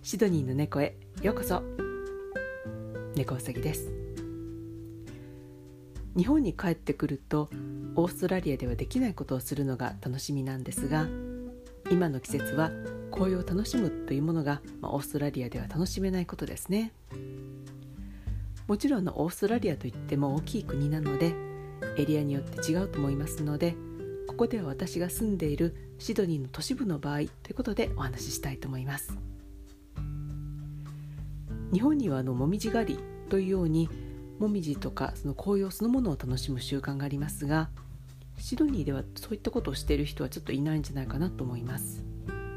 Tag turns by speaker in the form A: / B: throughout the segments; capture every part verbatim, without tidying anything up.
A: シドニーの猫へようこそ。猫うさぎです。日本に帰ってくるとオーストラリアではできないことをするのが楽しみなんですが、今の季節は紅葉を楽しむというものが、まあ、オーストラリアでは楽しめないことですね。もちろんのオーストラリアといっても大きい国なのでエリアによって違うと思いますので、ここでは私が住んでいるシドニーの都市部の場合ということでお話ししたいと思います。日本にはあのもみじ狩りというようにもみじとかその紅葉そのものを楽しむ習慣がありますが、シドニーではそういったことをしている人はちょっといないんじゃないかなと思います。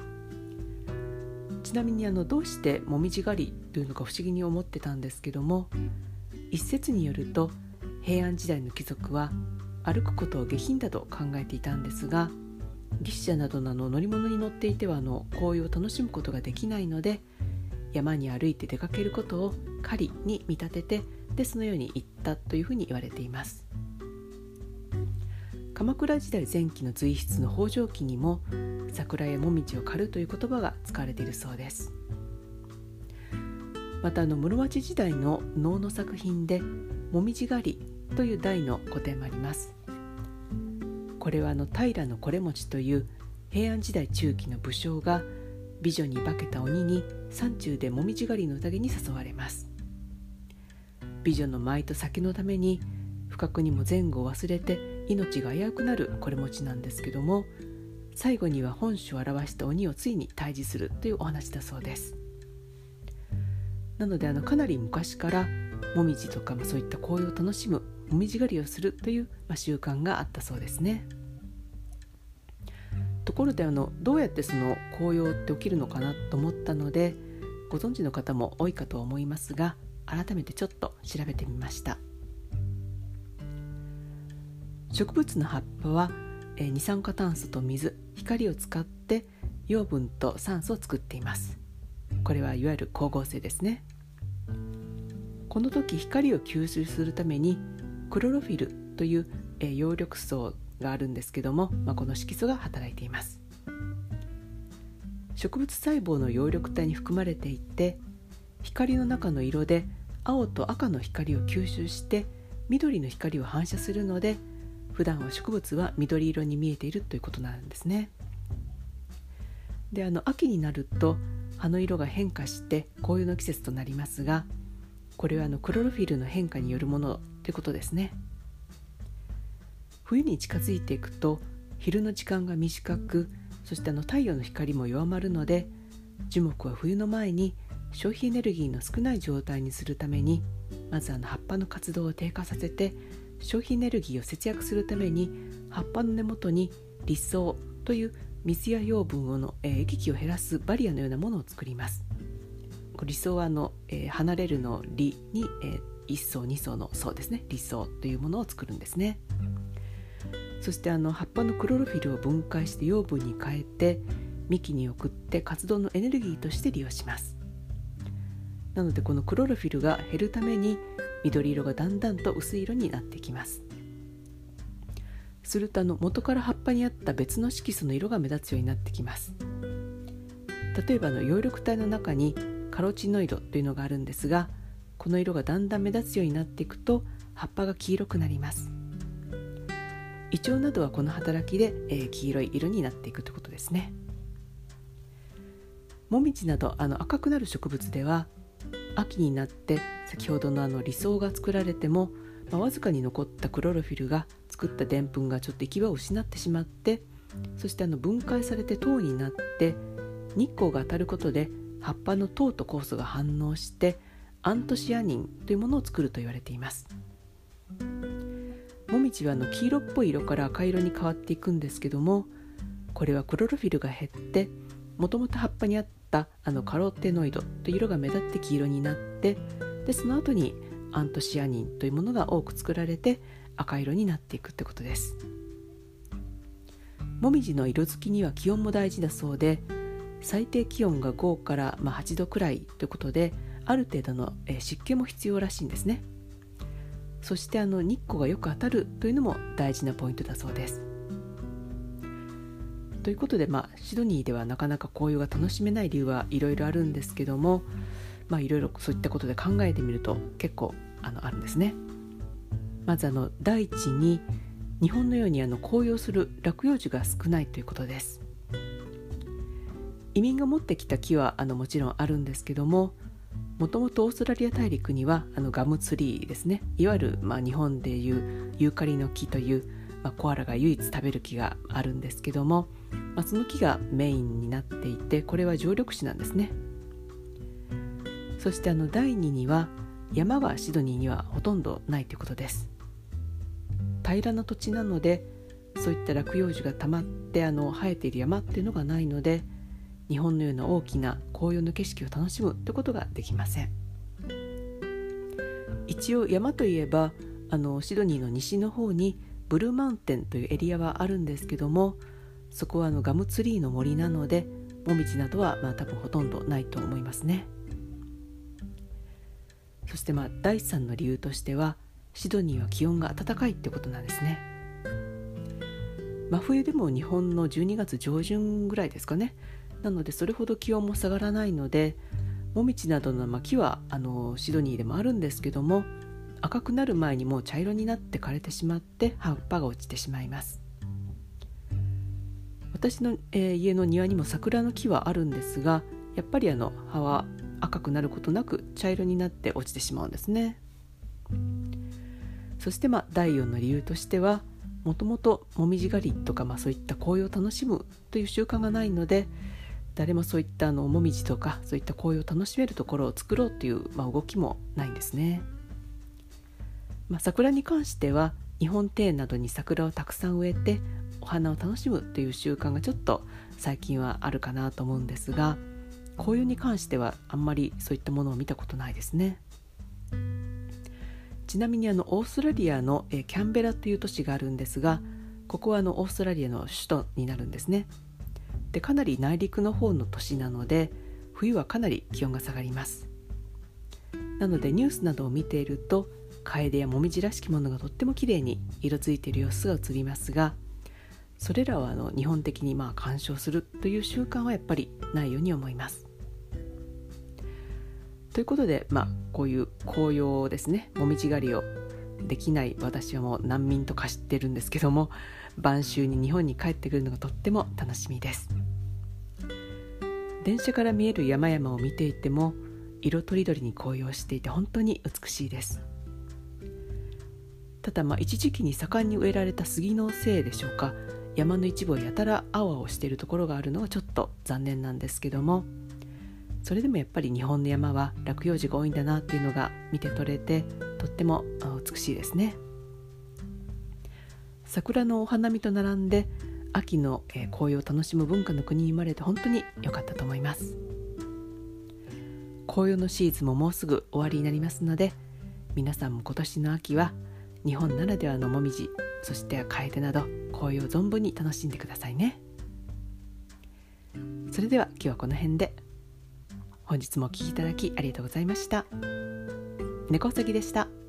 A: ちなみにあのどうしてもみじ狩りというのか不思議に思ってたんですけども、一説によると平安時代の貴族は歩くことを下品だと考えていたんですが、牛車などの乗り物に乗っていてはあの紅葉を楽しむことができないので、山に歩いて出かけることを狩りに見立てて、でそのように言ったというふうに言われています。鎌倉時代前期の随筆の北条記にも桜やもみじを狩るという言葉が使われているそうです。またあの室町時代の能の作品でもみじ狩りという題の古典もあります。これはあの平維持という平安時代中期の武将が美女に化けた鬼に山中でもみじ狩りの宴に誘われます。美女の舞と酒のために不覚にも前後を忘れて命が危うくなる維持なんですけども、最後には本性を表した鬼をついに退治するというお話だそうです。なのであのかなり昔からもみじとかもそういった紅葉を楽しむもみじ狩りをするという、まあ、習慣があったそうですね。ところであのどうやってその紅葉って起きるのかなと思ったので、ご存知の方も多いかと思いますが、改めてちょっと調べてみました。植物の葉っぱは、えー、二酸化炭素と水、光を使って養分と酸素を作っています。これはいわゆる光合成ですね。この時光を吸収するためにクロロフィルという、えー、葉緑素があるんですけども、まあ、この色素が働いています。植物細胞の葉緑体に含まれていて、光の中の色で青と赤の光を吸収して緑の光を反射するので、普段は植物は緑色に見えているということなんですね。であの秋になると葉の色が変化して紅葉の季節となりますが、これはあのクロロフィルの変化によるものということですね。冬に近づいていくと昼の時間が短く、そしてあの太陽の光も弱まるので、樹木は冬の前に消費エネルギーの少ない状態にするために、まずあの葉っぱの活動を低下させて消費エネルギーを節約するために、葉っぱの根元に離層という水や養分の、えー、行き来を減らすバリアのようなものを作ります。離層はあの、えー、離れるの離に、えー、一層二層の層ですね、離層というものを作るんですね。そしてあの葉っぱのクロロフィルを分解して養分に変えて幹に送って活動のエネルギーとして利用します。なのでこのクロロフィルが減るために緑色がだんだんと薄い色になってきます。するとあの元から葉っぱにあった別の色素の色が目立つようになってきます。例えばあの葉緑体の中にカロチノイドというのがあるんですが、この色がだんだん目立つようになっていくと葉っぱが黄色くなります。イチョウなどはこの働きで、えー、黄色い色になっていくということですね。もみじなどあの赤くなる植物では秋になって先ほどのあの離層が作られても、まあ、わずかに残ったクロロフィルが作ったでんぷんがちょっと行き場を失ってしまって、そしてあの分解されて糖になって日光が当たることで葉っぱの糖と酵素が反応してアントシアニンというものを作ると言われています。もみじはあの黄色っぽい色から赤色に変わっていくんですけども、これはクロロフィルが減ってもともと葉っぱにあったあのカロテノイドという色が目立って黄色になって、でその後にアントシアニンというものが多く作られて赤色になっていくってことです。もみじの色づきには気温も大事だそうで、最低気温がごからまあはちどくらいということで、ある程度の湿気も必要らしいんですね。そしてあの日光がよく当たるというのも大事なポイントだそうです。 ということで、まあ、シドニーではなかなか紅葉が楽しめない理由はいろいろあるんですけども、まあ、いろいろそういったことで考えてみると結構あのあるんですね。まずあの第一に、日本のようにあの紅葉する落葉樹が少ないということです。移民が持ってきた木はあのもちろんあるんですけども、もともとオーストラリア大陸にはあのガムツリーですね、いわゆるまあ日本でいうユーカリの木という、まあ、コアラが唯一食べる木があるんですけども、まあ、その木がメインになっていて、これは常緑種なんですね。そしてあの第二には、山がシドニーにはほとんどないということです。平らな土地なので、そういった落葉樹がたまってあの生えている山っていうのがないので、日本のような大きな紅葉の景色を楽しむということができません。一応山といえば、あのシドニーの西の方にブルーマウンテンというエリアはあるんですけども、そこはあのガムツリーの森なので、モミジなどはまあ多分ほとんどないと思いますね。そしてまあだいさんの理由としては、シドニーは気温が暖かいってことなんですね。真冬でも日本のじゅうにがつ上旬ぐらいですかね。なのでそれほど気温も下がらないので、モミジなどのまあ木はあのシドニーでもあるんですけども、赤くなる前にもう茶色になって枯れてしまって葉っぱが落ちてしまいます。私の、えー、家の庭にも桜の木はあるんですが、やっぱりあの葉は赤くなることなく茶色になって落ちてしまうんですね。そしてまあだいよんの理由としては、もともともみじ狩りとか、まあそういった紅葉を楽しむという習慣がないので、誰もそういったあのもみじとかそういった紅葉を楽しめるところを作ろうという、まあ、動きもないんですね。まあ、桜に関しては日本庭園などに桜をたくさん植えてお花を楽しむという習慣がちょっと最近はあるかなと思うんですが、紅葉に関してはあんまりそういったものを見たことないですね。ちなみにあのオーストラリアのえキャンベラという都市があるんですが、ここはあのオーストラリアの首都になるんですね。でかなり内陸の方の都市なので、冬はかなり気温が下がります。なのでニュースなどを見ていると、カエデやモミジらしきものがとってもきれいに色づいている様子が映りますが、それらはあの日本的にまあ鑑賞するという習慣はやっぱりないように思います。ということで、まあ、こういう紅葉ですね、もみじ狩りをできない私はもう難民と化してるんですけども、晩秋に日本に帰ってくるのがとっても楽しみです。電車から見える山々を見ていても、色とりどりに紅葉していて本当に美しいです。ただまあ一時期に盛んに植えられた杉のせいでしょうか、山の一部をやたら青々しているところがあるのはちょっと残念なんですけども、それでもやっぱり日本の山は落葉樹が多いんだなっていうのが見て取れて、とっても美しいですね。桜のお花見と並んで秋の紅葉を楽しむ文化の国に生まれて本当に良かったと思います。紅葉のシーズンももうすぐ終わりになりますので、皆さんも今年の秋は日本ならではのもみじ、そしてカエデなど紅葉を存分に楽しんでくださいね。それでは今日はこの辺で。本日もお聞きいただきありがとうございました。猫うさぎでした。